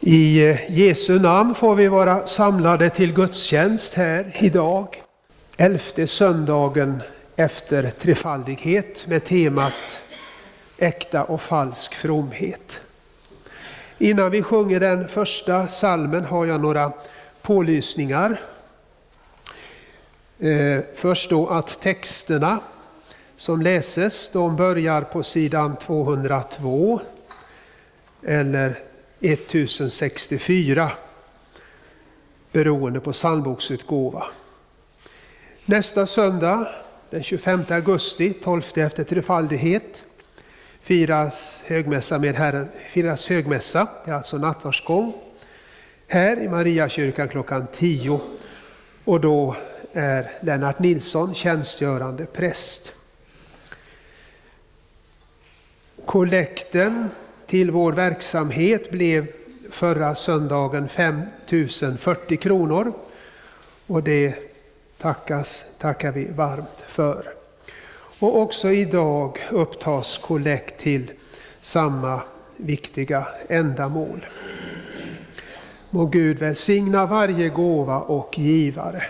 I Jesu namn får vi vara samlade till gudstjänst här idag. 11:e söndagen efter trefaldighet med temat äkta och falsk fromhet. Innan vi sjunger den första salmen har jag några pålysningar. Först då att texterna som läses, de börjar på sidan 202 eller 1064 beroende på psalmboksutgåva. Nästa söndag, den 25 augusti, 12 efter trefaldighet, firas högmässa med Herren. Firas högmässa, det är alltså nattvardsgång, här i Mariakyrkan klockan 10. Och då är Lennart Nilsson tjänstgörande präst. Kollekten till vår verksamhet blev förra söndagen 5040 kronor. Och det tackar vi varmt för. Och också idag upptas kollekt till samma viktiga ändamål. Må Gud välsigna varje gåva och givare.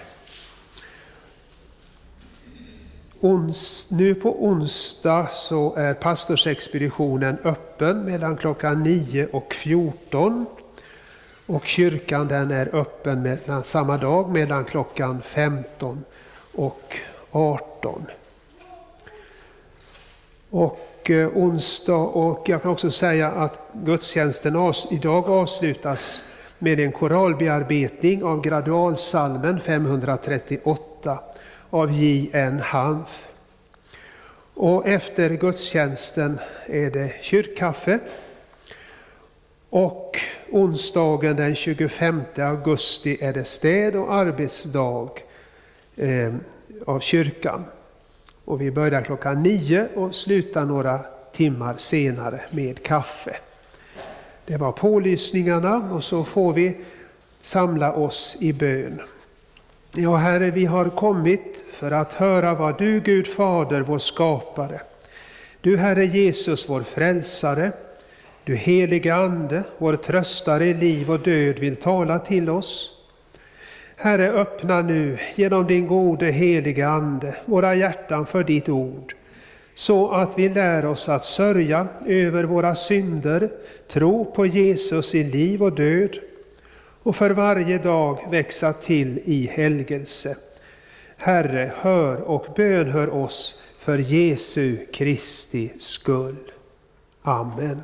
Nu på onsdag så är pastorsexpeditionen öppen mellan klockan 9 och 14. Och kyrkan den är öppen samma dag mellan klockan 15 och 18. Och onsdag, och jag kan också säga att gudstjänsten idag avslutas med en koralbearbetning av gradualsalmen 538 av J.N. Hanf. Och efter gudstjänsten är det kyrkkaffe. Och onsdagen den 25 augusti är det städ- och arbetsdag av kyrkan. Och vi börjar klockan 9 och slutar några timmar senare med kaffe. Det var pålysningarna, och så får vi samla oss i bön. Ja, Herre, vi har kommit för att höra vad du, Gud Fader, vår skapare, du, Herre Jesus, vår frälsare, du helige Ande, vår tröstare i liv och död, vill tala till oss. Herre, öppna nu genom din gode helige Ande våra hjärtan för ditt ord, så att vi lär oss att sörja över våra synder, tro på Jesus i liv och död, och för varje dag växa till i helgelse. Herre, hör och bönhör oss för Jesu Kristi skull. Amen.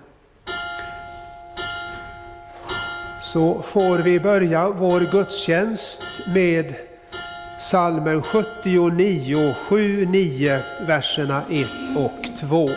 Så får vi börja vår gudstjänst med psalmen 79, 7-9, verserna 1 och 2.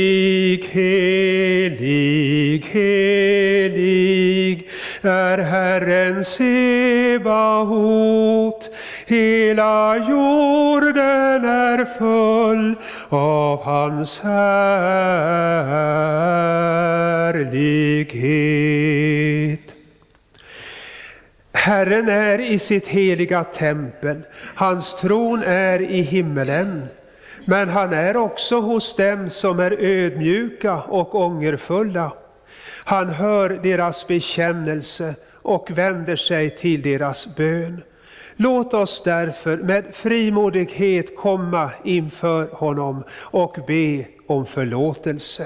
helig är Herren Sebaot. Hela jorden är full av hans härlighet. Herren är i sitt heliga tempel, hans tron är i himmelen. Men han är också hos dem som är ödmjuka och ångerfulla. Han hör deras bekännelse och vänder sig till deras bön. Låt oss därför med frimodighet komma inför honom och be om förlåtelse.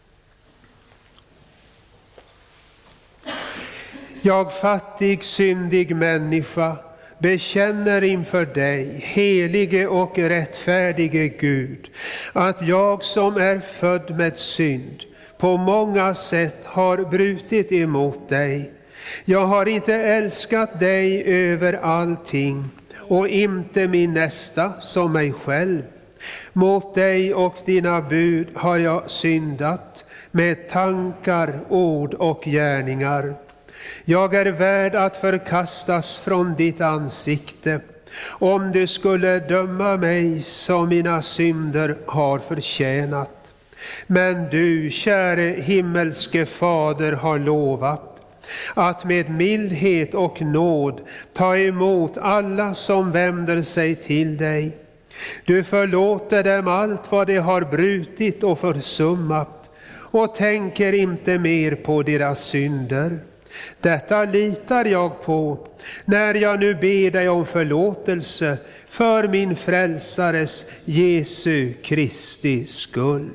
Jag, fattig, syndig människa, bekänner inför dig, helige och rättfärdige Gud, att jag som är född med synd på många sätt har brutit emot dig. Jag har inte älskat dig över allting och inte min nästa som mig själv. Mot dig och dina bud har jag syndat med tankar, ord och gärningar. Jag är värd att förkastas från ditt ansikte, om du skulle döma mig som mina synder har förtjänat. Men du, käre himmelske Fader, har lovat att med mildhet och nåd ta emot alla som vänder sig till dig. Du förlåter dem allt vad de har brutit och försummat och tänker inte mer på deras synder. Detta litar jag på när jag nu ber dig om förlåtelse för min frälsares Jesu Kristi skull.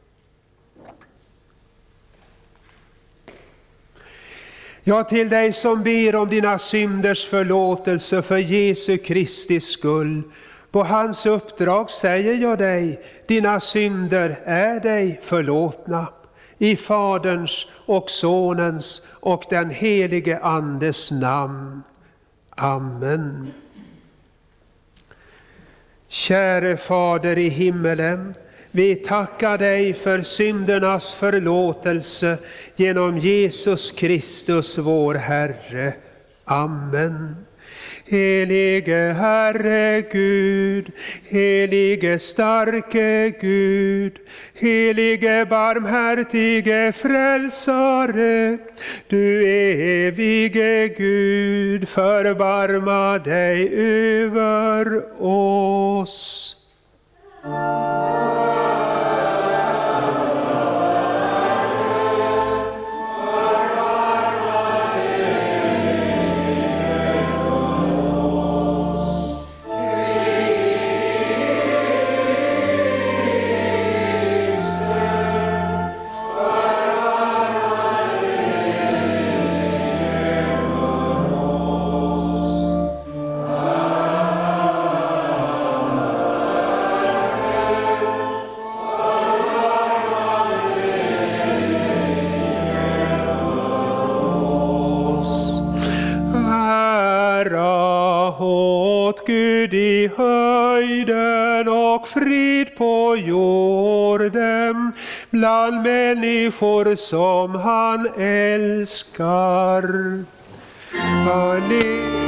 Ja, till dig som ber om dina synders förlåtelse för Jesu Kristi skull, på hans uppdrag säger jag dig, dina synder är dig förlåtna. I Faderns och Sonens och den helige Andes namn. Amen. Käre Fader i himmelen, vi tackar dig för syndernas förlåtelse genom Jesus Kristus vår Herre. Amen. Helige Herre Gud, helige starke Gud, helige barmhärtige frälsare, du evige Gud, förbarma dig över oss. Gud i höjden och frid på jorden bland människor som han älskar. Halleluja.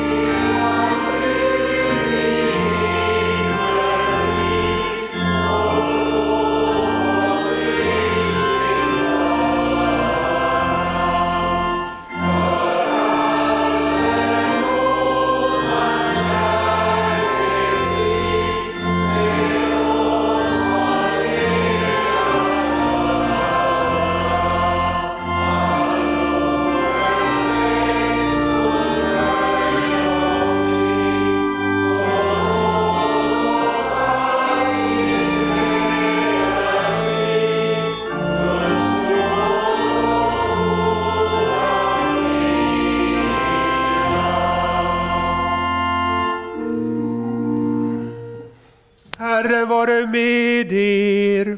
Herre vare med er.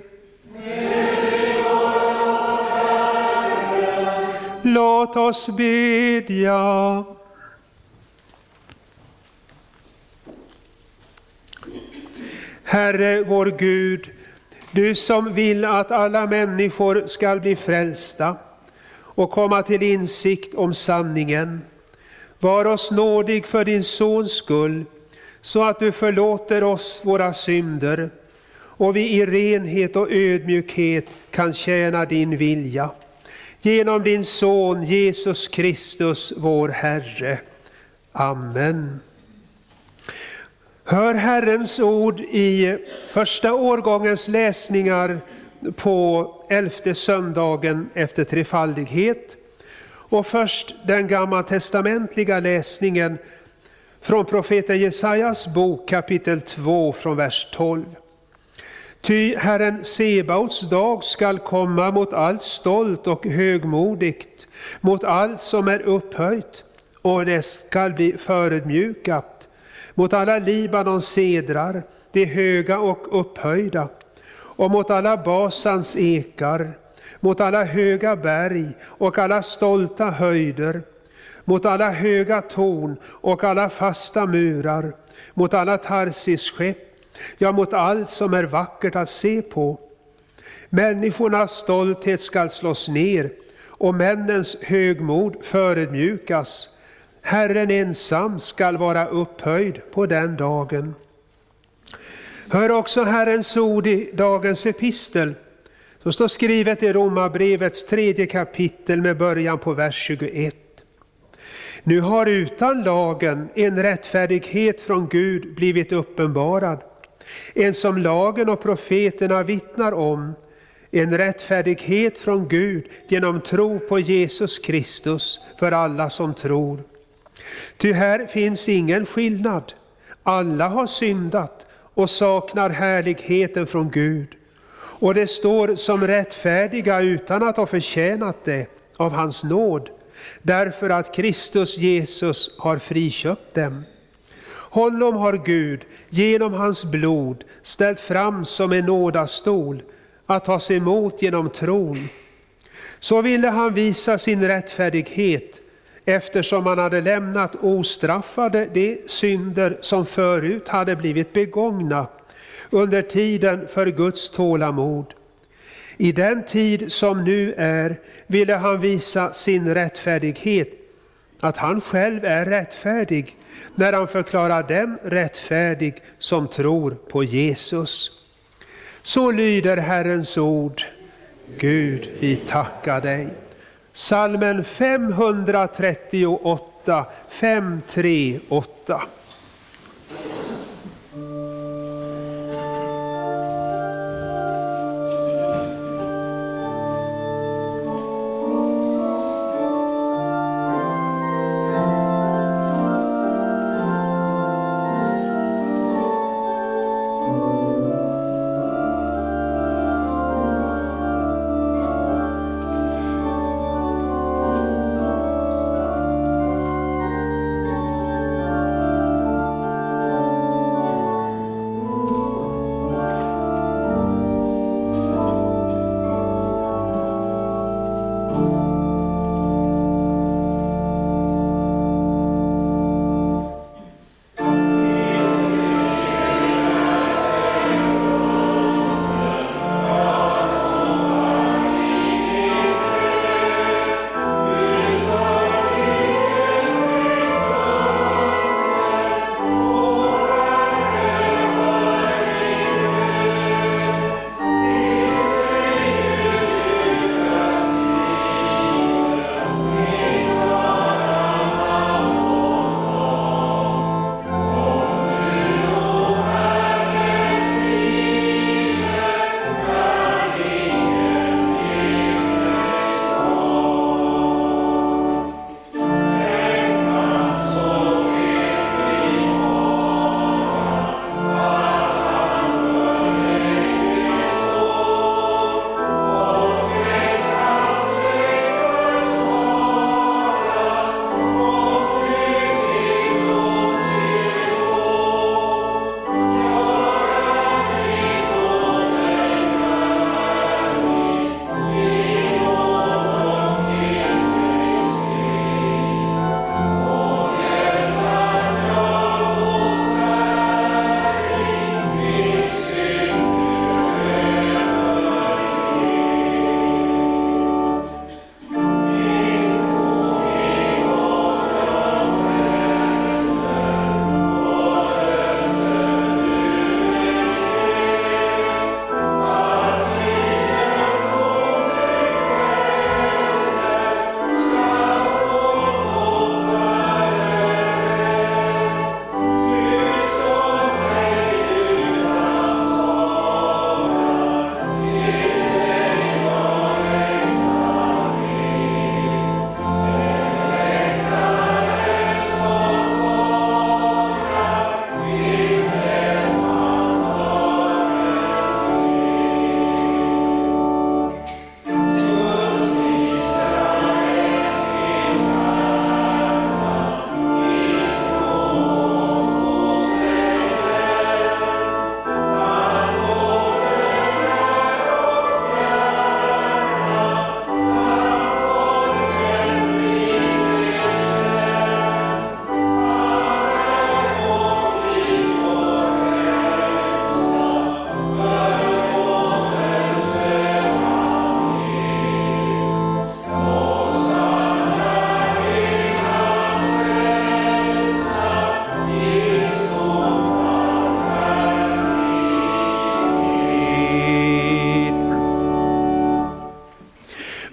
Låt oss bedja. Herre vår Gud, Du som vill att alla människor ska bli frälsta och komma till insikt om sanningen. Var oss nådig för din sons skull, så att du förlåter oss våra synder och vi i renhet och ödmjukhet kan tjäna din vilja. Genom din son Jesus Kristus, vår Herre. Amen. Hör Herrens ord i första årgångens läsningar på 11:e söndagen efter trefaldighet. Och först den gammaltestamentliga läsningen från profeten Jesajas bok kapitel 2 från vers 12. Ty Herren Sebaots dag skall komma mot allt stolt och högmodigt, mot allt som är upphöjt, och det skall bli förödmjukat, mot alla Libanons cedrar, de höga och upphöjda, och mot alla Basans ekar, mot alla höga berg och alla stolta höjder, mot alla höga torn och alla fasta murar, mot alla Tarsis-skepp, ja, mot allt som är vackert att se på. Människornas stolthet skall slås ner och männens högmod förödmjukas. Herren ensam skall vara upphöjd på den dagen. Hör också Herrens ord i dagens epistel, som står skrivet i Romarbrevets 3:e kapitel med början på vers 21. Nu har utan lagen en rättfärdighet från Gud blivit uppenbarad, en som lagen och profeterna vittnar om, en rättfärdighet från Gud genom tro på Jesus Kristus för alla som tror. Ty här finns ingen skillnad, alla har syndat och saknar härligheten från Gud, och det står som rättfärdiga utan att ha förtjänat det av hans nåd, därför att Kristus Jesus har friköpt dem. Honom har Gud genom hans blod ställt fram som en nådastol att tas emot genom tron. Så ville han visa sin rättfärdighet, eftersom han hade lämnat ostraffade de synder som förut hade blivit begångna under tiden för Guds tålamod. I den tid som nu är ville han visa sin rättfärdighet, att han själv är rättfärdig, när han förklarar dem rättfärdig som tror på Jesus. Så lyder Herrens ord. Gud, vi tackar dig. Psalmen 538, 538.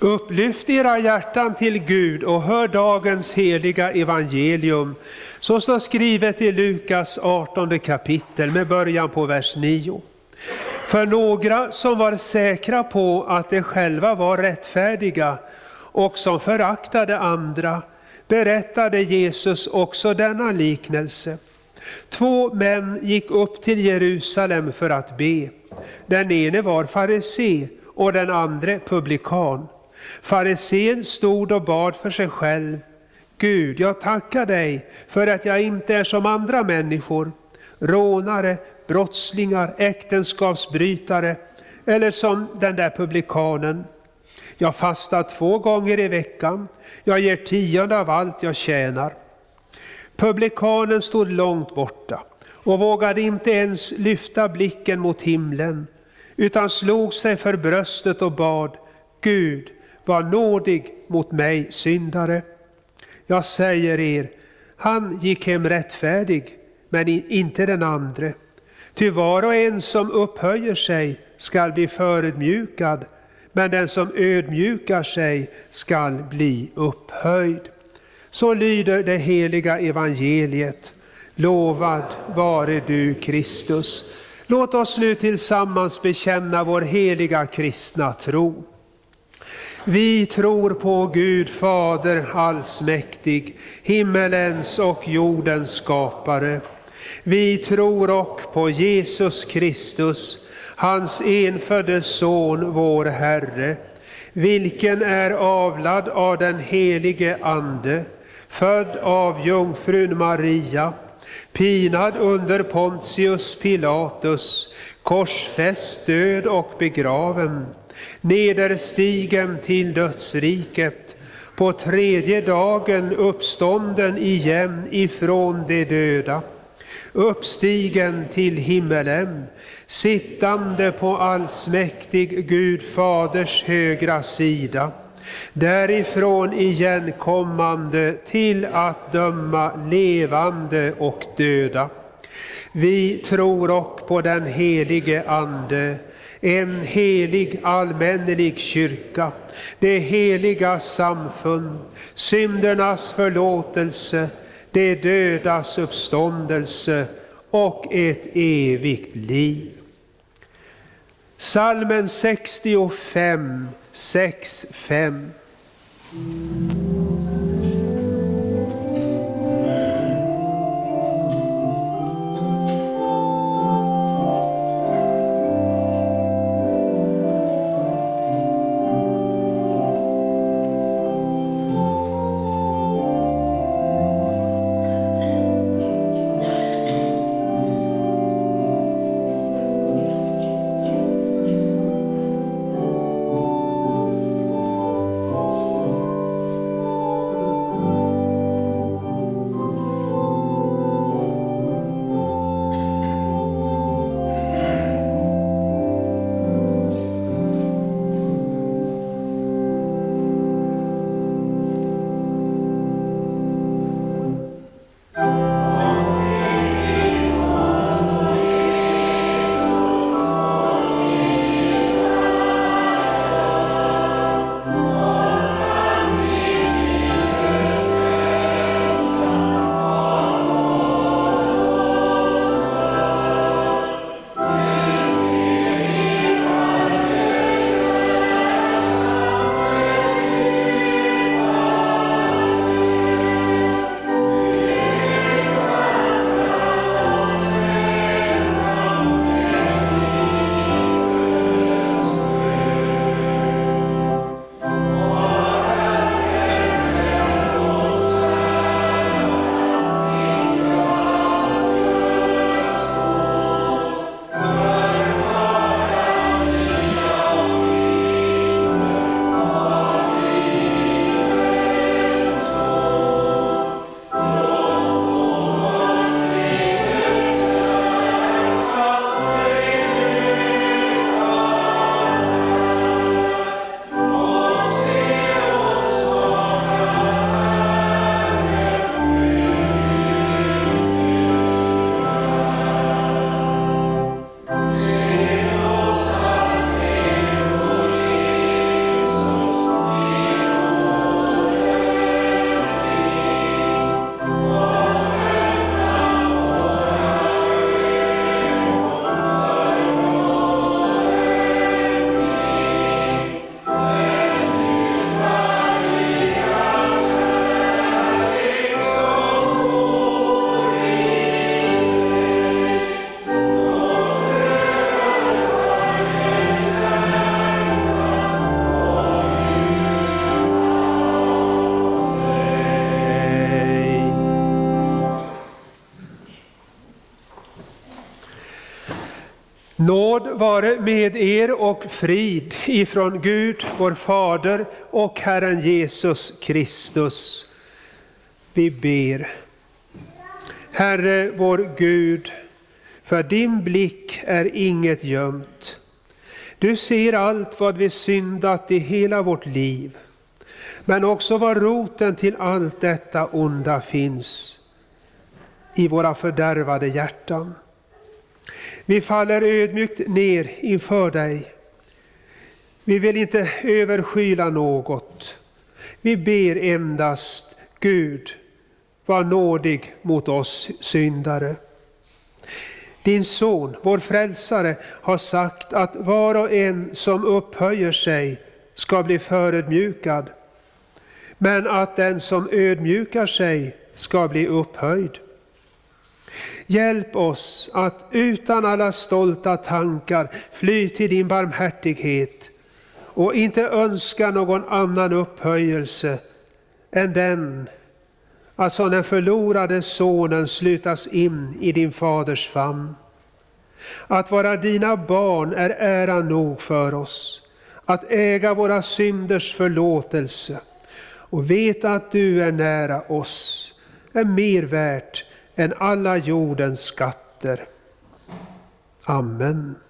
Upplyft era hjärtan till Gud och hör dagens heliga evangelium, så står skrivet i Lukas 18 kapitel med början på vers 9. För några som var säkra på att de själva var rättfärdiga och som föraktade andra, berättade Jesus också denna liknelse. 2 män gick upp till Jerusalem för att be. Den ene var farisé och den andra publikan. Farisén stod och bad för sig själv: Gud, jag tackar dig för att jag inte är som andra människor, rånare, brottslingar, äktenskapsbrytare eller som den där publikanen. Jag fastar 2 gånger i veckan, jag ger 10 av allt jag tjänar. Publikanen stod långt borta och vågade inte ens lyfta blicken mot himlen, utan slog sig för bröstet och bad: Gud, var nådig mot mig syndare. Jag säger er, han gick hem rättfärdig, men inte den andre. Ty var och en som upphöjer sig skall bli förödmjukad, men den som ödmjukar sig skall bli upphöjd. Så lyder det heliga evangeliet. Lovad vare du, Kristus. Låt oss nu tillsammans bekänna vår heliga kristna tro. Vi tror på Gud Fader allsmäktig, himmelens och jordens skapare. Vi tror och på Jesus Kristus, hans enfödde son, vår Herre, vilken är avlad av den helige Ande, född av jungfrun Maria, pinad under Pontius Pilatus, korsfäst, död och begraven, nederstigen till dödsriket, på 3:e dagen uppstånden igen ifrån de döda, uppstigen till himmelen, sittande på allsmäktig Gud Faders högra sida, därifrån igen kommande till att döma levande och döda. Vi tror och på den helige Ande, en helig allmännelig kyrka, det heliga samfund, syndernas förlåtelse, det dödas uppståndelse och ett evigt liv. Psalmen 65, 6-5. Nåd vare med er och frid ifrån Gud, vår Fader och Herren Jesus Kristus. Vi ber. Herre vår Gud, för din blick är inget gömt. Du ser allt vad vi syndat i hela vårt liv, men också var roten till allt detta onda finns i våra fördärvade hjärtan. Vi faller ödmjukt ner inför dig. Vi vill inte överskyla något. Vi ber endast, Gud, var nådig mot oss syndare. Din son, vår frälsare, har sagt att var och en som upphöjer sig ska bli förödmjukad, men att den som ödmjukar sig ska bli upphöjd. Hjälp oss att utan alla stolta tankar fly till din barmhärtighet och inte önska någon annan upphöjelse än den, alltså den förlorade sonen slutas in i din faders famn. Att vara dina barn är ära nog för oss, att äga våra synders förlåtelse och veta att du är nära oss är mer värt än alla jordens skatter. Amen.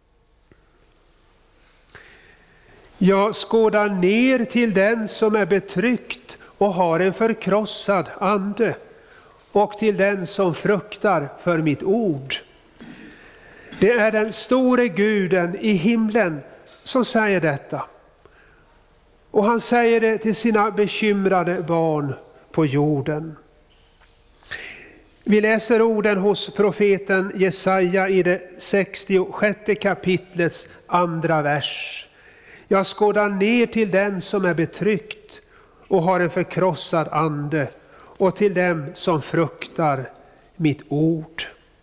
Jag skådar ner till den som är betryckt och har en förkrossad ande, och till den som fruktar för mitt ord. Det är den store Guden i himlen som säger detta. Och han säger det till sina bekymrade barn på jorden. Vi läser orden hos profeten Jesaja i det 66 kapitlets 2 vers. Jag skådar ner till den som är betryckt och har en förkrossad ande, och till dem som fruktar mitt ord.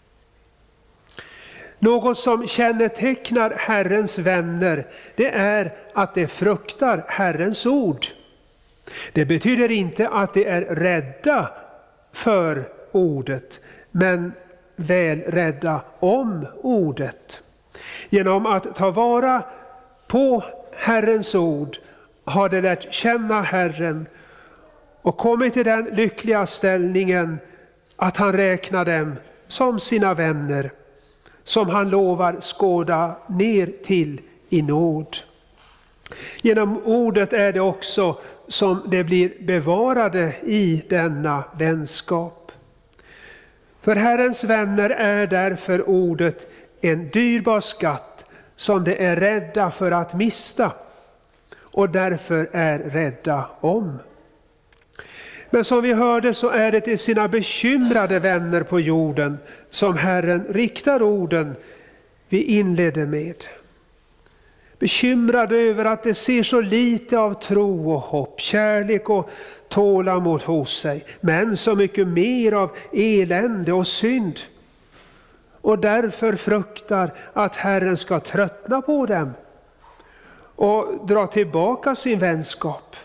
Något som kännetecknar Herrens vänner, det är att de fruktar Herrens ord. Det betyder inte att de är rädda för ordet, men väl rädda om ordet. Genom att ta vara på Herrens ord har de lärt känna Herren och kommit till den lyckliga ställningen att han räknar dem som sina vänner, som han lovar skåda ner till i nåd. Genom ordet är det också som det blir bevarade i denna vänskap. För Herrens vänner är därför ordet en dyrbar skatt som de är rädda för att mista och därför är rädda om. Men som vi hörde så är det till sina bekymrade vänner på jorden som Herren riktar orden vi inledde med. Bekymrade över att det ser så lite av tro och hopp, kärlek och tålamod hos sig, men så mycket mer av elände och synd. Och därför fruktar att Herren ska tröttna på dem och dra tillbaka sin vänskap.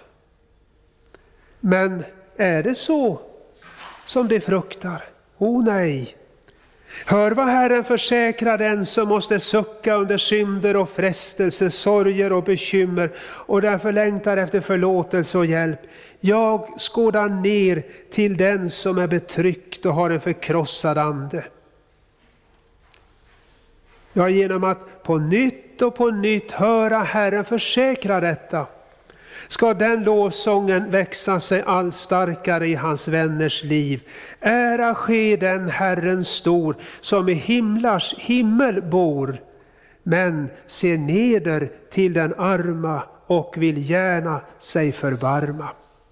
Men är det så som de fruktar? Nej. Hör vad Herren försäkrar den som måste sucka under synder och frestelse, sorger och bekymmer och därför längtar efter förlåtelse och hjälp. Jag skådar ner till den som är betryckt och har en förkrossad ande. Ja, genom att på nytt och på nytt höra Herren försäkra detta, ska den lovsången växa sig allt starkare i hans vänners liv. Ära ske den Herren stor, som i himlars himmel bor, men ser neder till den arma och vill gärna sig förbarma.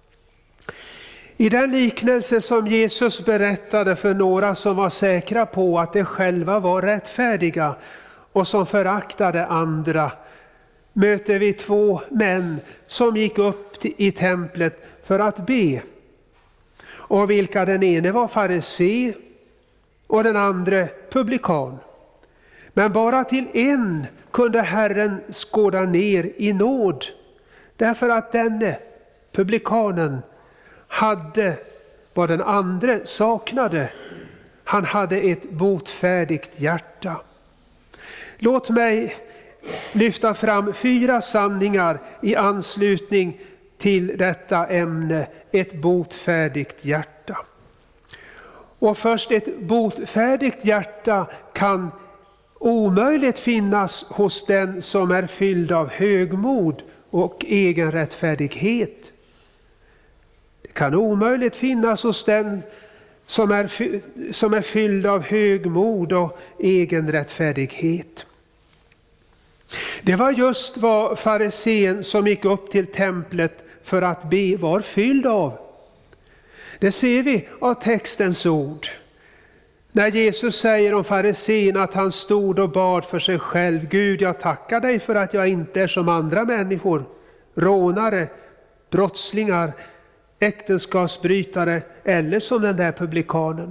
I den liknelse som Jesus berättade för några som var säkra på att de själva var rättfärdiga och som föraktade andra, möter vi 2 män som gick upp i templet för att be. Och vilka den ene var farisé och den andra publikan. Men bara till en kunde Herren skåda ner i nåd, därför att denne publikanen hade vad den andra saknade. Han hade ett botfärdigt hjärta. Låt mig lyfta fram 4 sanningar i anslutning till detta ämne, ett botfärdigt hjärta. Och först, ett botfärdigt hjärta kan omöjligt finnas hos den som är fylld av högmod och egen rättfärdighet. Det kan omöjligt finnas hos den som är fylld av högmod och egen rättfärdighet. Det var just vad farisén som gick upp till templet för att be var fylld av. Det ser vi av textens ord. När Jesus säger om farisén att han stod och bad för sig själv: Gud, jag tackar dig för att jag inte är som andra människor, rånare, brottslingar, äktenskapsbrytare eller som den där publikanen.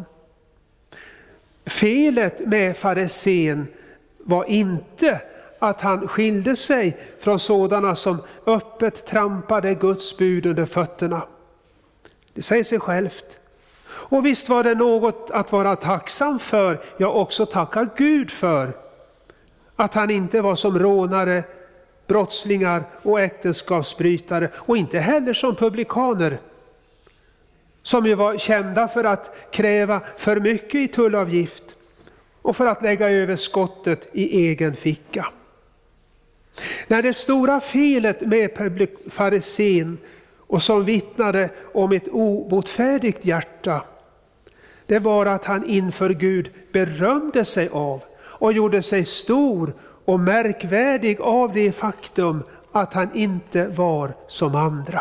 Felet med farisén var inte att han skilde sig från sådana som öppet trampade Guds bud under fötterna. Det säger sig självt. Och visst var det något att vara tacksam för, ja också tacka Gud för, att han inte var som rånare, brottslingar och äktenskapsbrytare, och inte heller som publikaner, som ju var kända för att kräva för mycket i tullavgift och för att lägga över skottet i egen ficka. När det stora felet med farisén, och som vittnade om ett obotfärdigt hjärta, det var att han inför Gud berömde sig av och gjorde sig stor och märkvärdig av det faktum att han inte var som andra.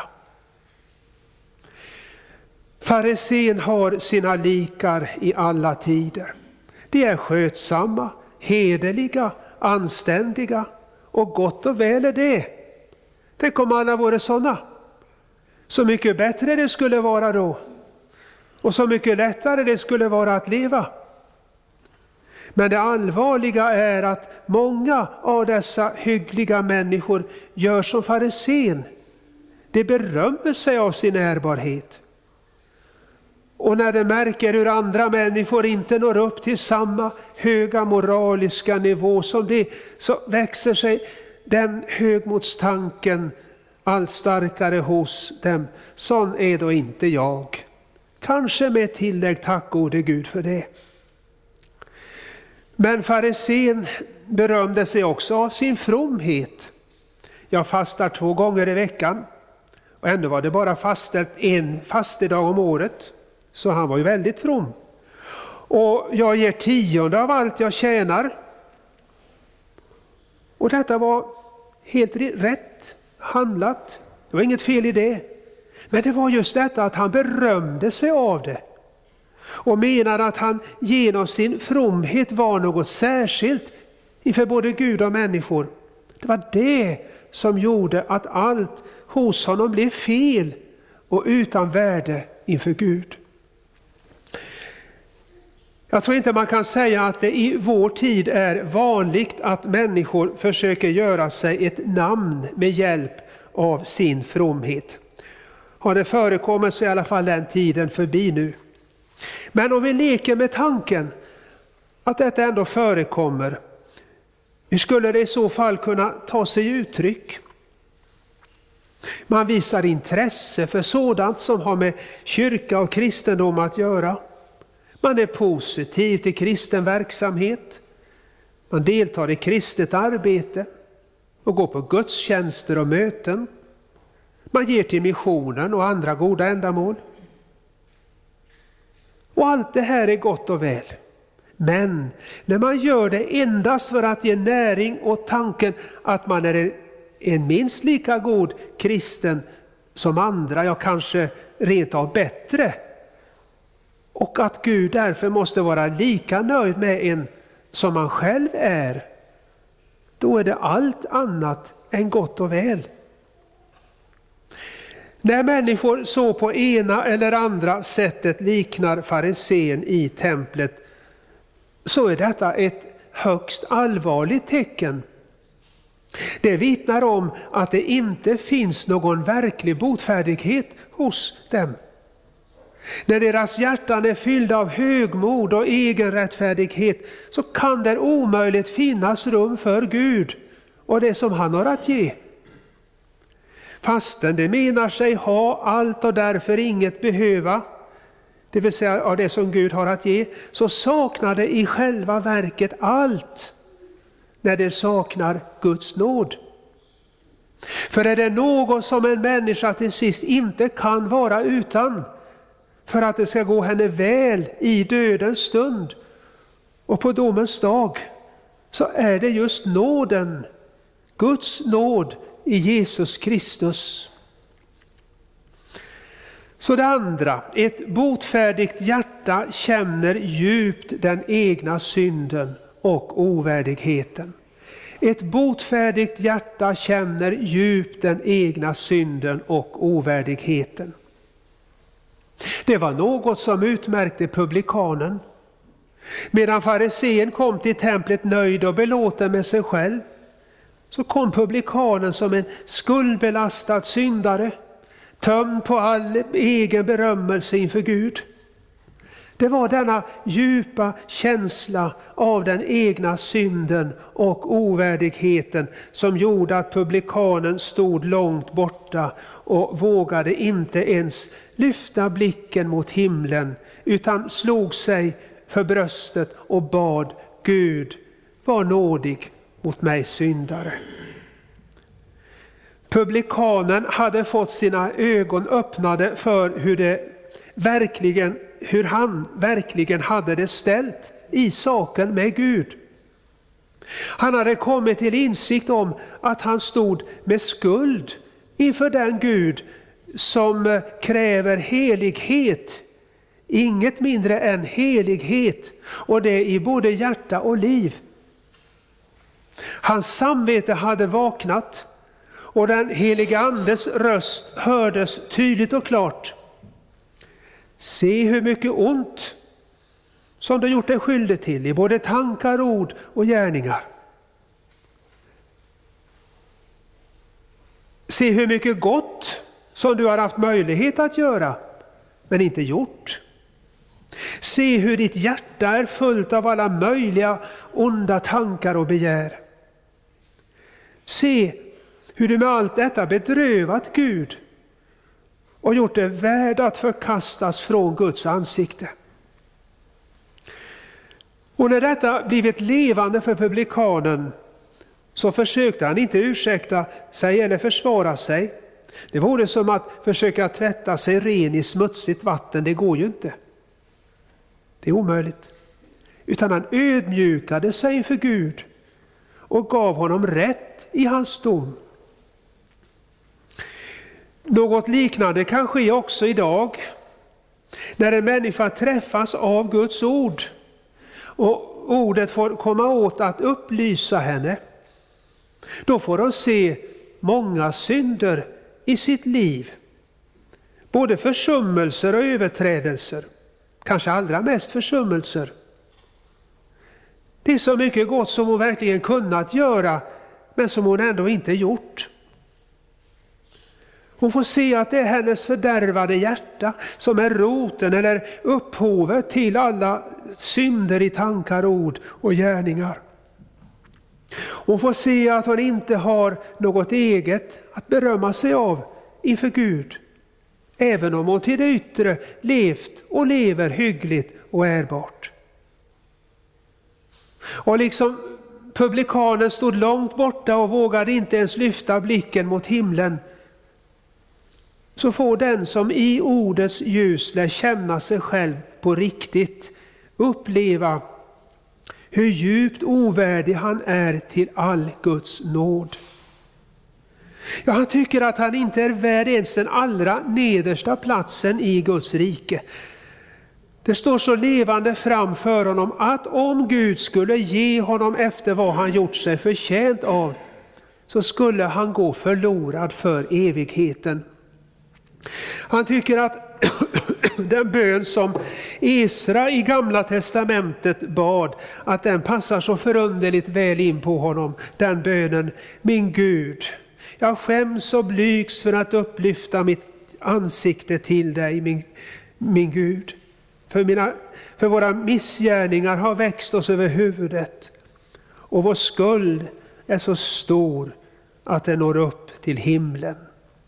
Farisén har sina likar i alla tider. De är skötsamma, hederliga, anständiga, och gott och väl är det. Tänk om alla vore sådana. Så mycket bättre det skulle vara då. Och så mycket lättare det skulle vara att leva. Men det allvarliga är att många av dessa hyggliga människor gör som farisén. De berömmer sig av sin ärbarhet. Och när de märker hur andra människor inte når upp till samma höga moraliska nivå som de, så växer sig den högmodstanken allt starkare hos dem. Sån är då inte jag. Kanske med tillägg, tack gode Gud för det. Men farisén berömde sig också av sin fromhet. Jag fastar 2 gånger i veckan. Och ändå var det bara fastställt 1 fastedag om året. Så han var ju väldigt from. Och jag ger 10% av allt jag tjänar. Och detta var helt rätt handlat. Det var inget fel i det. Men det var just detta att han berömde sig av det. Och menade att han genom sin fromhet var något särskilt inför både Gud och människor. Det var det som gjorde att allt hos honom blev fel och utan värde inför Gud. Jag tror inte man kan säga att det i vår tid är vanligt att människor försöker göra sig ett namn med hjälp av sin fromhet. Har det förekommit så i alla fall den tiden förbi nu. Men om vi leker med tanken att detta ändå förekommer, hur skulle det i så fall kunna ta sig uttryck? Man visar intresse för sådant som har med kyrka och kristendom att göra. Man är positiv till kristen verksamhet. Man deltar i kristet arbete och går på gudstjänster och möten. Man ger till missionen och andra goda ändamål. Och allt det här är gott och väl. Men när man gör det endast för att ge näring åt tanken att man är en minst lika god kristen som andra, ja kanske rent av bättre, och att Gud därför måste vara lika nöjd med en som man själv är, då är det allt annat än gott och väl. När människor så på ena eller andra sättet liknar farisén i templet, så är detta ett högst allvarligt tecken. Det vittnar om att det inte finns någon verklig botfärdighet hos dem. När deras hjärtan är fyllda av högmod och egenrättfärdighet så kan det omöjligt finnas rum för Gud och det som han har att ge. Fastän de menar sig ha allt och därför inget behöva, det vill säga av det som Gud har att ge, så saknar de i själva verket allt när de saknar Guds nåd. För är det något som en människa till sist inte kan vara utan, för att det ska gå henne väl i dödens stund och på domens dag, så är det just nåden, Guds nåd i Jesus Kristus. Så det andra, ett botfärdigt hjärta känner djupt den egna synden och ovärdigheten. Ett botfärdigt hjärta känner djupt den egna synden och ovärdigheten. Det var något som utmärkte publikanen. Medan farisén kom till templet nöjd och belåten med sig själv, så kom publikanen som en skuldbelastad syndare, tömd på all egen berömmelse inför Gud. Det var denna djupa känsla av den egna synden och ovärdigheten som gjorde att publikanen stod långt borta och vågade inte ens lyfta blicken mot himlen, utan slog sig för bröstet och bad: Gud, var nådig mot mig syndare. Publikanen hade fått sina ögon öppnade för hur han verkligen hade det ställt i saken med Gud. Han hade kommit till insikt om att han stod med skuld inför den Gud som kräver helighet, inget mindre än helighet, och det i både hjärta och liv. Hans samvete hade vaknat och den heliga andes röst hördes tydligt och klart. Se hur mycket ont som du gjort dig skyldig till i både tankar, ord och gärningar. Se hur mycket gott som du har haft möjlighet att göra men inte gjort. Se hur ditt hjärta är fullt av alla möjliga onda tankar och begär. Se hur du med allt detta bedrövat Gud och gjort det värd att förkastas från Guds ansikte. Och när detta blivit levande för publikanen, så försökte han inte ursäkta sig eller försvara sig. Det vore som att försöka tvätta sig ren i smutsigt vatten. Det går ju inte. Det är omöjligt. Utan han ödmjukade sig inför Gud och gav honom rätt i hans dom. Något liknande kan ske också idag, när en människa träffas av Guds ord och ordet får komma åt att upplysa henne. Då får hon se många synder i sitt liv, både försummelser och överträdelser, kanske allra mest försummelser. Det är så mycket gott som hon verkligen kunnat göra, men som hon ändå inte gjort. Hon får se att det är hennes fördärvade hjärta som är roten eller upphovet till alla synder i tankar, ord och gärningar. Hon får se att hon inte har något eget att berömma sig av inför Gud, även om hon till det yttre levt och lever hyggligt och ärbart. Och liksom publikanen stod långt borta och vågade inte ens lyfta blicken mot himlen, så får den som i ordets ljus lär känna sig själv på riktigt uppleva hur djupt ovärdig han är till all Guds nåd. Ja, han tycker att han inte är värd ens den allra nedersta platsen i Guds rike. Det står så levande framför honom att om Gud skulle ge honom efter vad han gjort sig förtjänt av, så skulle han gå förlorad för evigheten. Han tycker att den bön som Esra i Gamla testamentet bad, att den passar så förunderligt väl in på honom. Den bönen: min Gud, jag skäms och blygs för att upplyfta mitt ansikte till dig. min Gud. För våra missgärningar har växt oss över huvudet, och vår skuld är så stor att den når upp till himlen.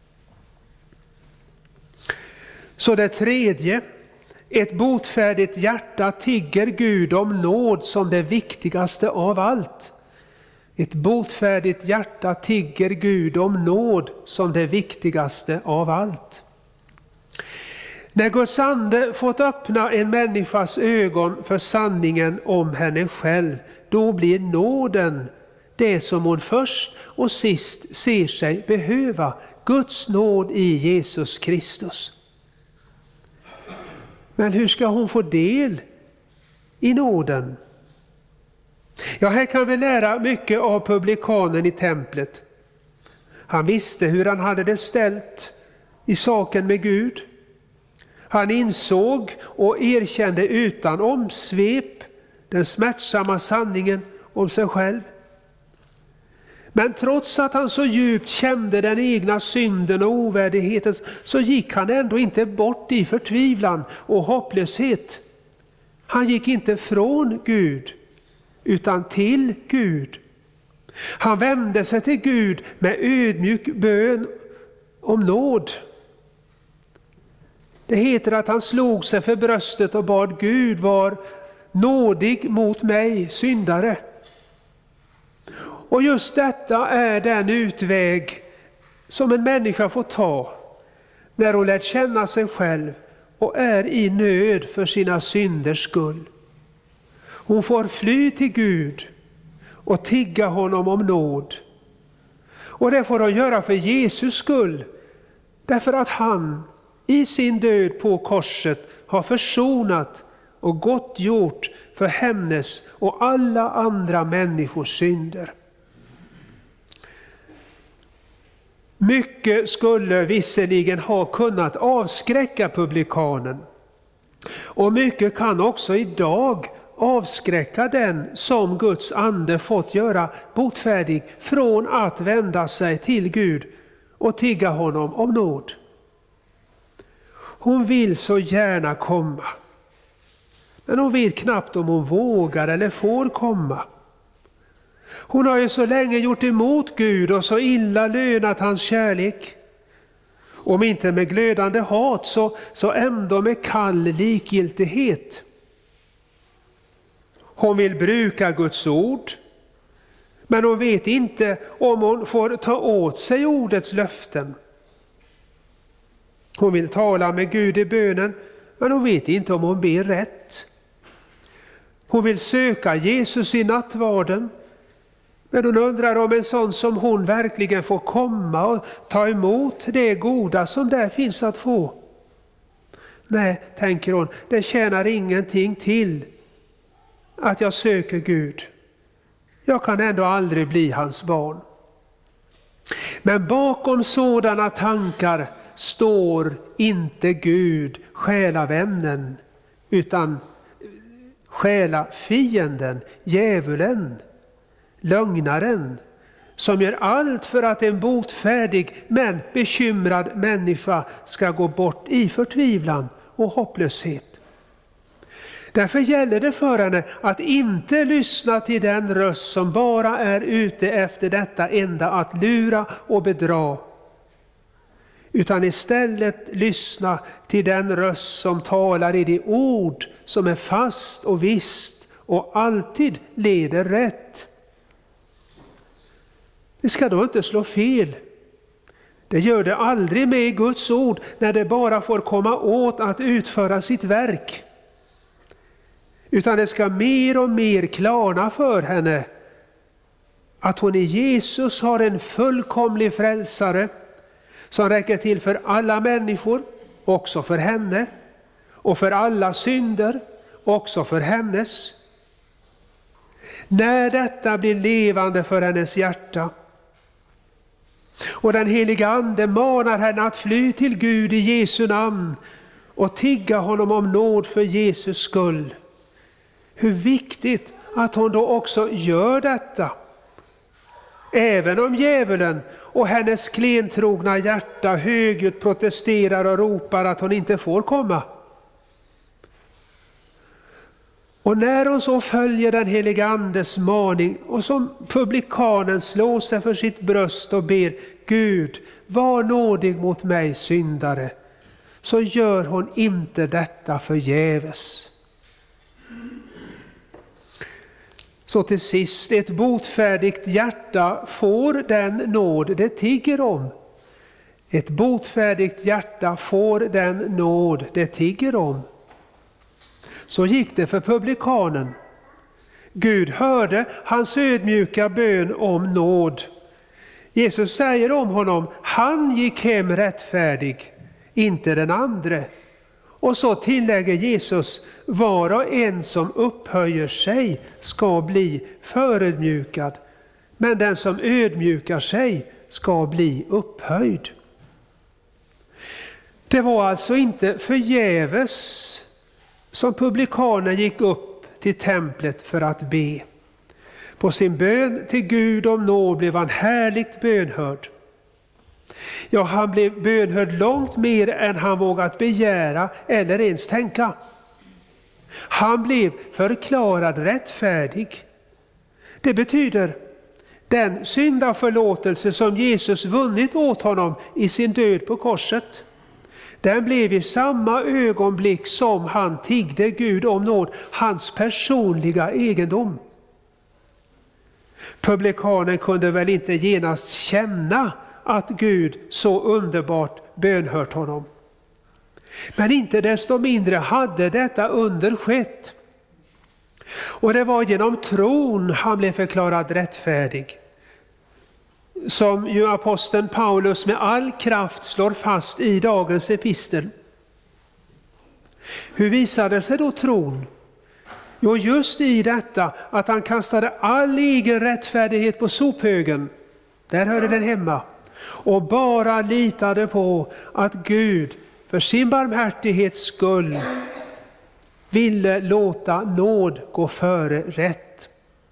Så det tredje, ett botfärdigt hjärta tigger Gud om nåd som det viktigaste av allt. Ett botfärdigt hjärta tigger Gud om nåd som det viktigaste av allt. När Guds ande fått öppna en människas ögon för sanningen om henne själv, då blir nåden det som hon först och sist ser sig behöva. Guds nåd i Jesus Kristus. Men hur ska hon få del i nåden? Ja, här kan vi lära mycket av publikanen i templet. Han visste hur han hade det ställt i saken med Gud. Han insåg och erkände utan omsvep den smärtsamma sanningen om sig själv. Men trots att han så djupt kände den egna synden och ovärdigheten, så gick han ändå inte bort i förtvivlan och hopplöshet. Han gick inte från Gud, utan till Gud. Han vände sig till Gud med ödmjuk bön om nåd. Det heter att han slog sig för bröstet och bad: Gud, var nådig mot mig, syndare. Och just detta är den utväg som en människa får ta när hon lärt känna sig själv och är i nöd för sina synders skull. Hon får fly till Gud och tigga honom om nåd. Och det får hon göra för Jesus skull, därför att han i sin död på korset har försonat och gottgjort för hennes och alla andra människors synder. Mycket skulle visserligen ha kunnat avskräcka publikanen, och mycket kan också idag avskräcka den som Guds ande fått göra botfärdig från att vända sig till Gud och tigga honom om nåd. Hon vill så gärna komma, men hon vet knappt om hon vågar eller får komma. Hon har ju så länge gjort emot Gud och så illa lönat hans kärlek. Om inte med glödande hat, så ändå med kall likgiltighet. Hon vill bruka Guds ord, men hon vet inte om hon får ta åt sig ordets löften. Hon vill tala med Gud i bönen, men hon vet inte om hon ber rätt. Hon vill söka Jesus i nattvarden, men hon undrar om en sån som hon verkligen får komma och ta emot det goda som där finns att få. Nej, tänker hon, det tjänar ingenting till att jag söker Gud. Jag kan ändå aldrig bli hans barn. Men bakom sådana tankar står inte Gud, själavännen, utan själafienden, djävulen, lögnaren, som gör allt för att en botfärdig men bekymrad människa ska gå bort i förtvivlan och hopplöshet. Därför gäller det för henne att inte lyssna till den röst som bara är ute efter detta enda, att lura och bedra. Utan istället lyssna till den röst som talar i det ord som är fast och visst och alltid leder rätt. Det ska då inte slå fel. Det gör det aldrig med Guds ord när det bara får komma åt att utföra sitt verk. Utan det ska mer och mer klarna för henne att hon i Jesus har en fullkomlig frälsare som räcker till för alla människor, också för henne, och för alla synder, också för hennes. När detta blir levande för hennes hjärta och den heliga ande manar henne att fly till Gud i Jesu namn och tigga honom om nåd för Jesus skull, hur viktigt att hon då också gör detta. Även om djävulen och hennes klentrogna hjärta högljutt protesterar och ropar att hon inte får komma. Och när hon så följer den helige Andes maning och som publikanen slår sig för sitt bröst och ber Gud, var nådig mot mig syndare, så gör hon inte detta förgäves. Så till sist, ett botfärdigt hjärta får den nåd det tigger om. Ett botfärdigt hjärta får den nåd det tigger om. Så gick det för publikanen. Gud hörde hans ödmjuka bön om nåd. Jesus säger om honom, han gick hem rättfärdig, inte den andre. Och så tillägger Jesus, var och en som upphöjer sig ska bli förödmjukad, men den som ödmjukar sig ska bli upphöjd. Det var alltså inte förgäves som publikanen gick upp till templet för att be. På sin bön till Gud om nåd blev han härligt bönhörd. Ja, han blev bönhörd långt mer än han vågat begära eller ens tänka. Han blev förklarad rättfärdig. Det betyder den syndaförlåtelse som Jesus vunnit åt honom i sin död på korset. Den blev i samma ögonblick som han tiggde Gud om nåd, hans personliga egendom. Publikanen kunde väl inte genast känna att Gud så underbart bönhört honom. Men inte desto mindre hade detta under skett. Och det var genom tron han blev förklarad rättfärdig. Som ju aposteln Paulus med all kraft slår fast i dagens epistel. Hur visade sig då tron? Jo, just i detta att han kastade all egen rättfärdighet på sophögen. Där hörde den hemma. Och bara litade på att Gud för sin barmhärtighets skull ville låta nåd gå före rätt.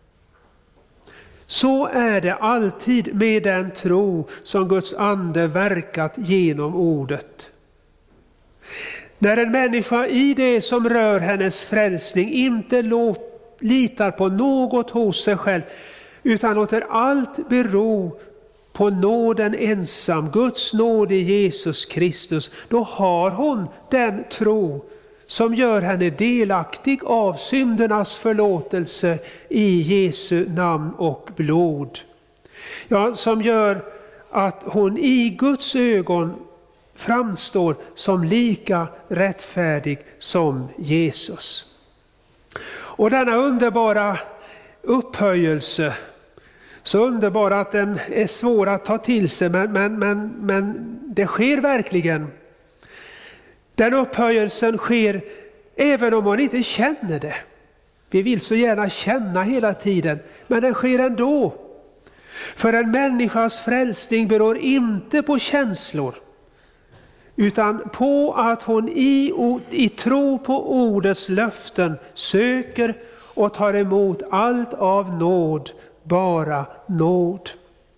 Så är det alltid med den tro som Guds ande verkat genom ordet. När en människa i det som rör hennes frälsning inte litar på något hos sig själv utan låter allt bero på nåden ensam, Guds nåd i Jesus Kristus, då har hon den tro som gör henne delaktig av syndernas förlåtelse i Jesu namn och blod. Ja, som gör att hon i Guds ögon framstår som lika rättfärdig som Jesus. Och denna underbara upphöjelse, så underbar att den är svår att ta till sig, men det sker verkligen. Den upphöjelsen sker även om man inte känner det. Vi vill så gärna känna hela tiden, men den sker ändå. För en människas frälsning beror inte på känslor, utan på att hon i tro på ordets löften söker och tar emot allt av nåd, bara nåd.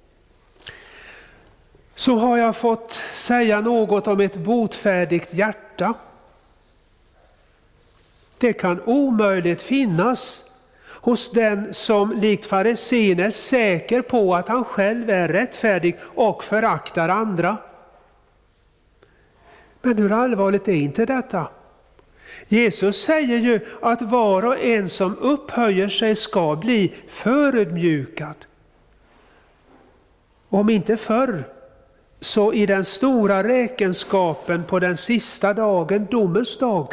Så har jag fått säga något om ett botfärdigt hjärta. Det kan omöjligt finnas hos den som likt farisén är säker på att han själv är rättfärdig och föraktar andra. Men hur allvarligt är inte detta? Jesus säger ju att var och en som upphöjer sig ska bli förödmjukad. Om inte förr, så i den stora räkenskapen på den sista dagen, domens dag.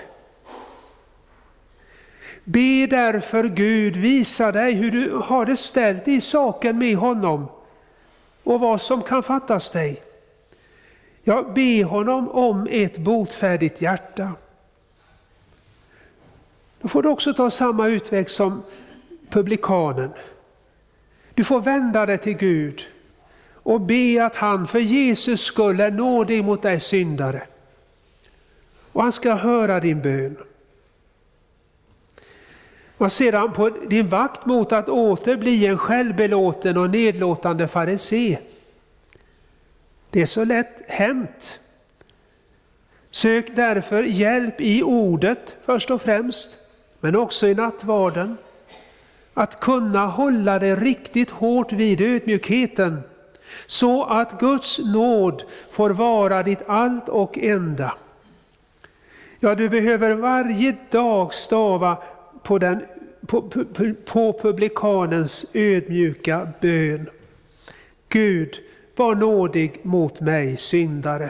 Be därför Gud visa dig hur du har det ställt i saken med honom och vad som kan fattas dig. Ja, be honom om ett botfärdigt hjärta. Då får du också ta samma utväg som publikanen. Du får vända dig till Gud och be att han för Jesus skull är nådig mot dig syndare. Och han ska höra din bön. Och sedan på din vakt mot att åter bli en självbelåten och nedlåtande farisé. Det är så lätt hänt. Sök därför hjälp i ordet först och främst. men också i nattvarden. Att kunna hålla det riktigt hårt vid ödmjukheten, så att Guds nåd får vara ditt allt och enda. Ja, du behöver varje dag stava på publikanens ödmjuka bön. Gud, var nådig mot mig syndare.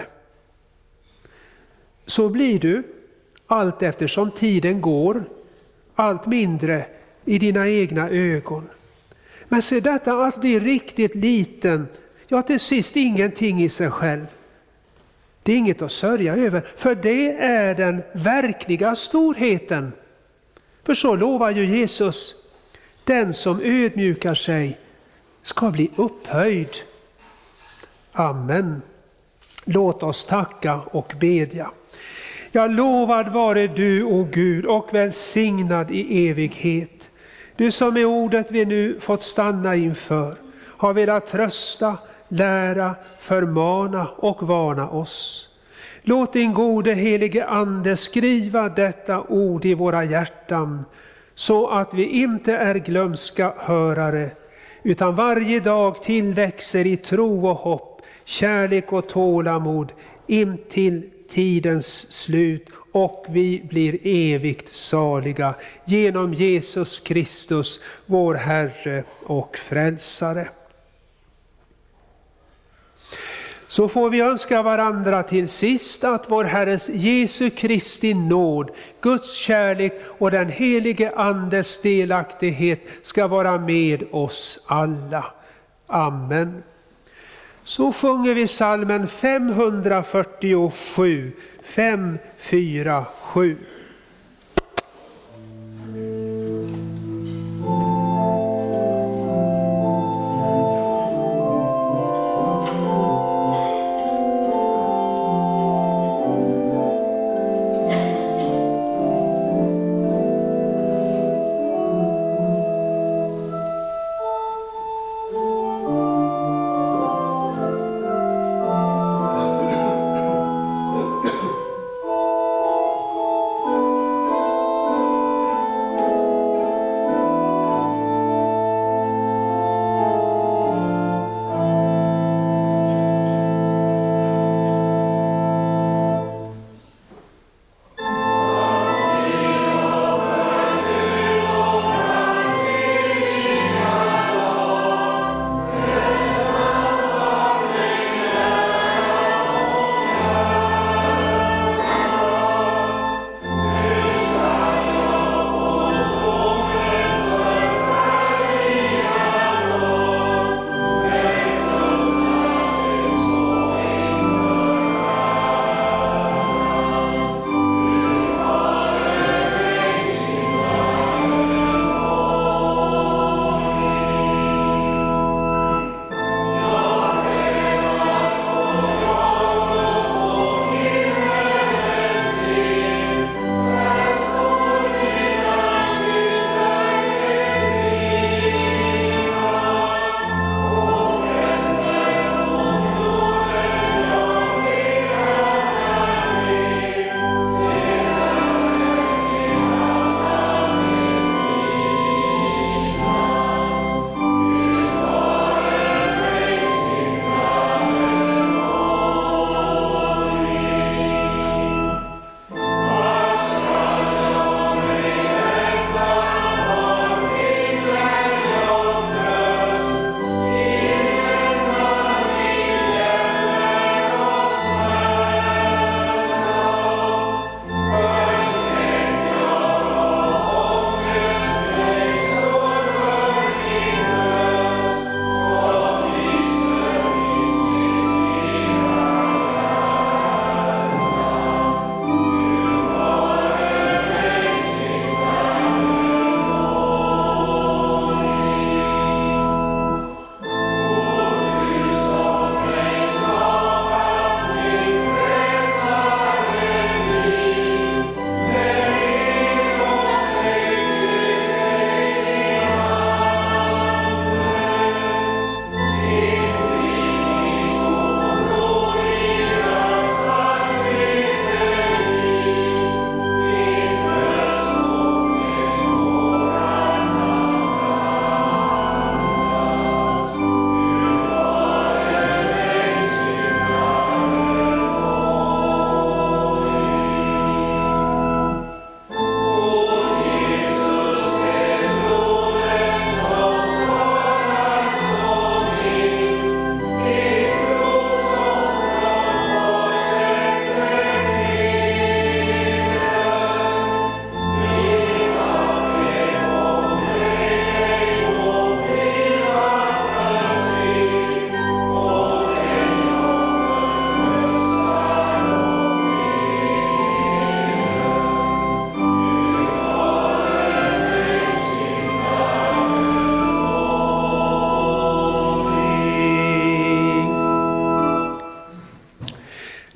Så blir du, allt eftersom tiden går, allt mindre i dina egna ögon. Men se, detta att bli riktigt liten, ja, till sist ingenting i sig själv. Det är inget att sörja över, för det är den verkliga storheten. För så lovar ju Jesus, den som ödmjukar sig ska bli upphöjd. Amen. Låt oss tacka och bedja. Ja, lovad vare du, o Gud, och välsignad i evighet. Du som med ordet vi nu fått stanna inför har velat trösta, lära, förmana och varna oss. Låt din gode helige ande skriva detta ord i våra hjärtan, så att vi inte är glömska hörare, utan varje dag tillväxer i tro och hopp, kärlek och tålamod in till tidens slut, och vi blir evigt saliga genom Jesus Kristus, vår Herre och Frälsare. Så får vi önska varandra till sist att vår Herres Jesu Kristi nåd, Guds kärlek och den helige Andes delaktighet ska vara med oss alla. Amen. Så sjunger vi psalmen 547, 547.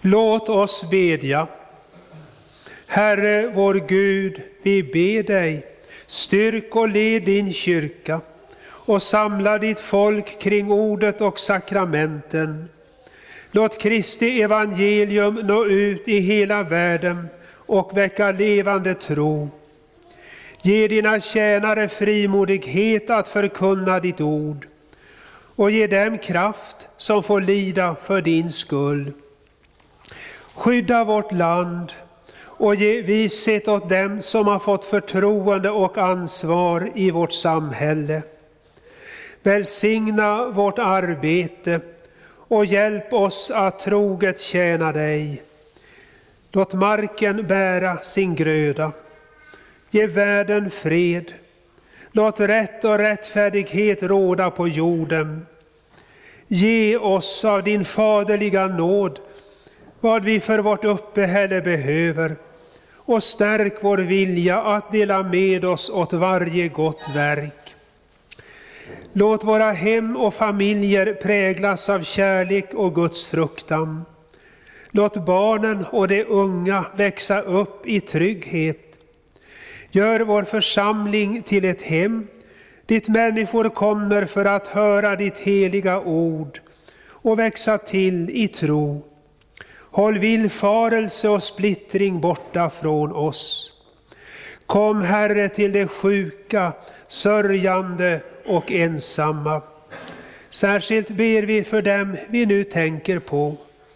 Låt oss bedja. Herre vår Gud, vi ber dig, styrk och led din kyrka och samla ditt folk kring ordet och sakramenten. Låt Kristi evangelium nå ut i hela världen och väcka levande tro. Ge dina tjänare frimodighet att förkunna ditt ord och ge dem kraft som får lida för din skull. Skydda vårt land och ge vishet åt dem som har fått förtroende och ansvar i vårt samhälle. Välsigna vårt arbete och hjälp oss att troget tjäna dig. Låt marken bära sin gröda. Ge världen fred. Låt rätt och rättfärdighet råda på jorden. Ge oss av din faderliga nåd vad vi för vårt uppehälle behöver och stärk vår vilja att dela med oss åt varje gott verk. Låt våra hem och familjer präglas av kärlek och Guds fruktan. Låt barnen och de unga växa upp i trygghet. Gör vår församling till ett hem dit människor kommer för att höra ditt heliga ord och växa till i tro. Håll villfarelse och splittring borta från oss. Kom, Herre, till de sjuka, sörjande och ensamma. Särskilt ber vi för dem vi nu tänker på.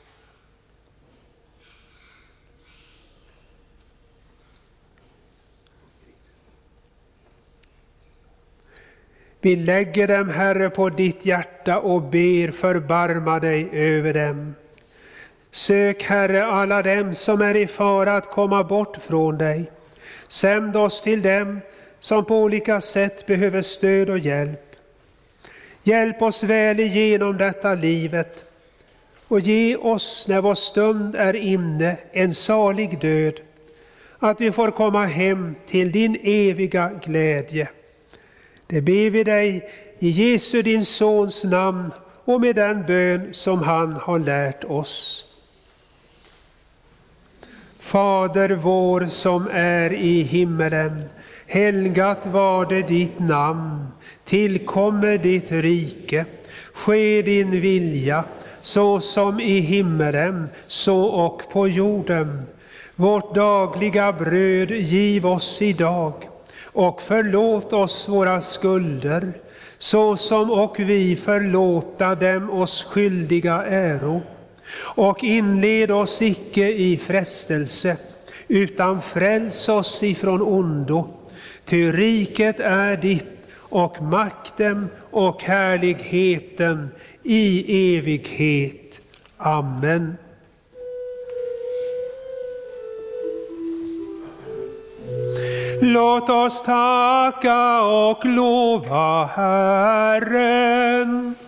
Vi lägger dem, Herre, på ditt hjärta och ber, förbarma dig över dem. Sök, Herre, alla dem som är i fara att komma bort från dig. Sänd oss till dem som på olika sätt behöver stöd och hjälp. Hjälp oss väl igenom detta livet och ge oss, när vår stund är inne, en salig död, att vi får komma hem till din eviga glädje. Det ber vi dig i Jesu, din Sons namn, och med den bön som han har lärt oss. Fader vår som är i himmelen, helgat var det ditt namn. Tillkommer ditt rike, ske din vilja, så som i himmelen, så och på jorden. Vårt dagliga bröd giv oss idag, och förlåt oss våra skulder, så som och vi förlåta dem oss skyldiga äro. Och inled oss icke i frestelse, utan fräls oss ifrån ondo. Ty riket är ditt, och makten och härligheten i evighet. Amen. Låt oss tacka och lova Herren.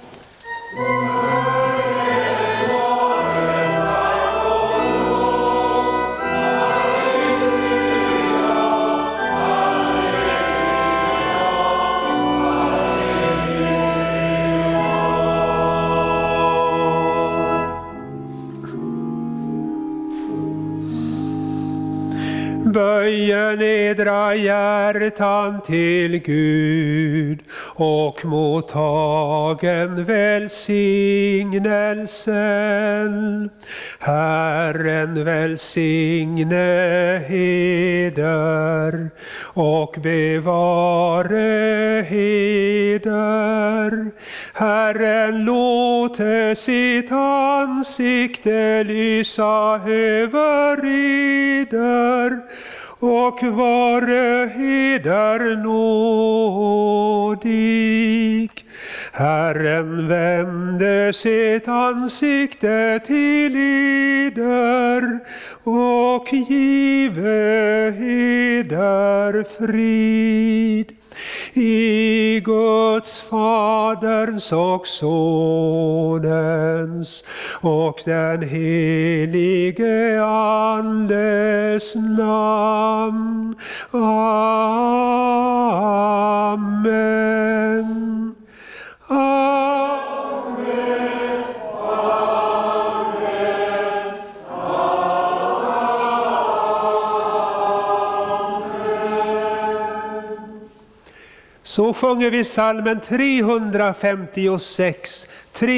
Böjer nedra hjärtan till Gud och mottagen välsignelsen. Herren välsigne heder och bevare heder. Herren låte sitt ansikte lysa över eder och vare heder nådig. Herren vände sitt ansikte till eder och give eder frid. I Guds Faderns och Sonens och den helige Andes namn. Amen. Amen. Amen. Amen. Så sjunger vi psalmen 356,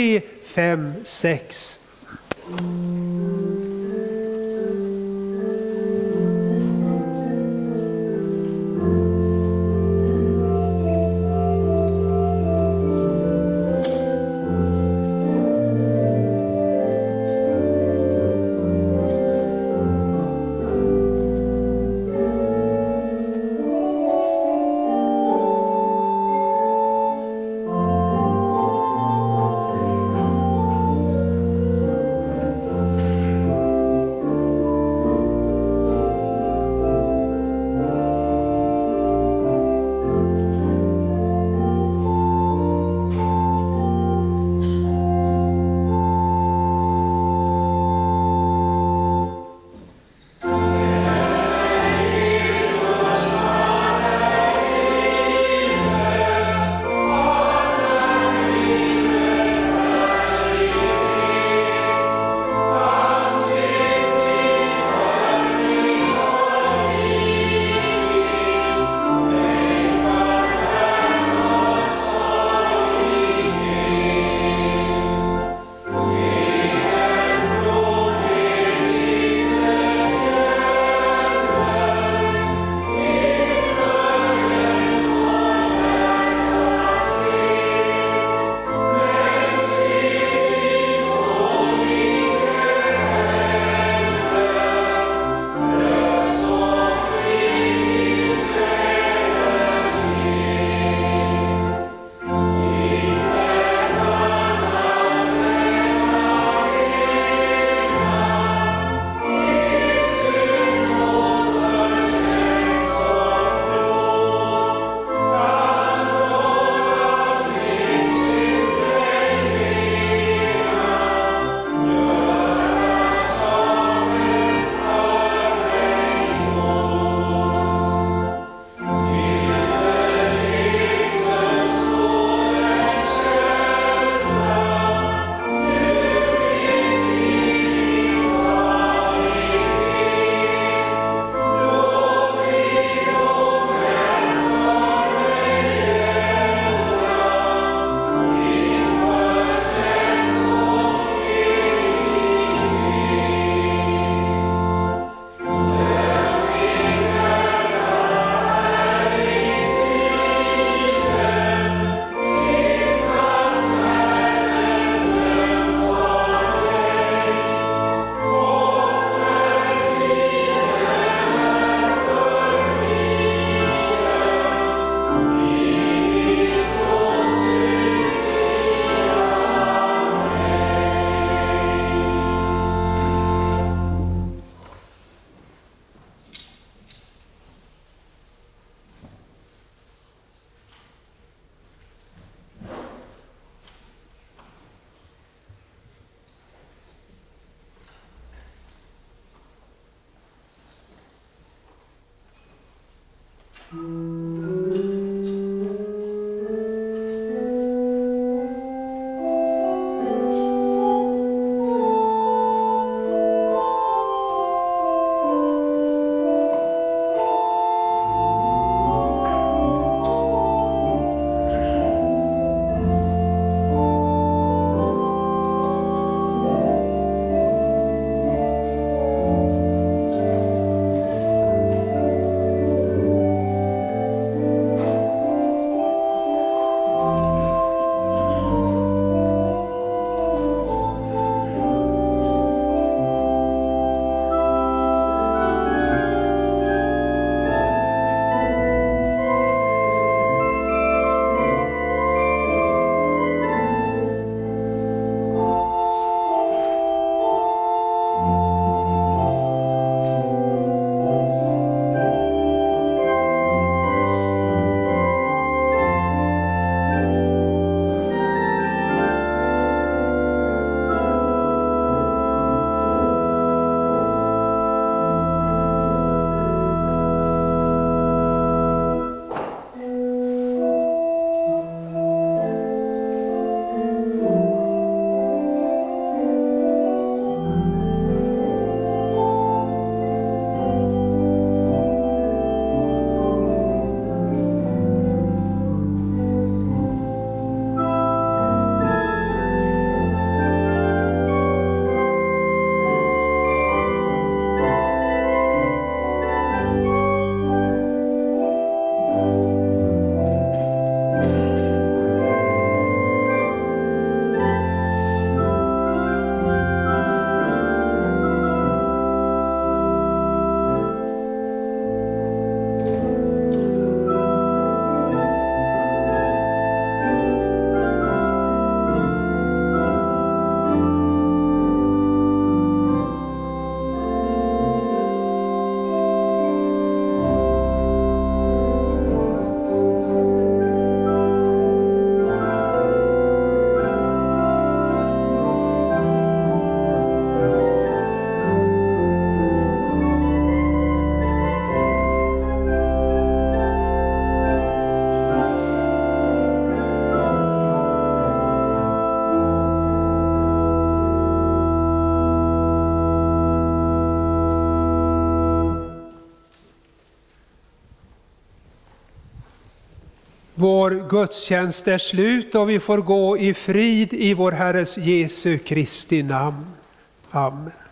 356. Vår gudstjänst är slut och vi får gå i frid i vår Herres Jesu Kristi namn. Amen.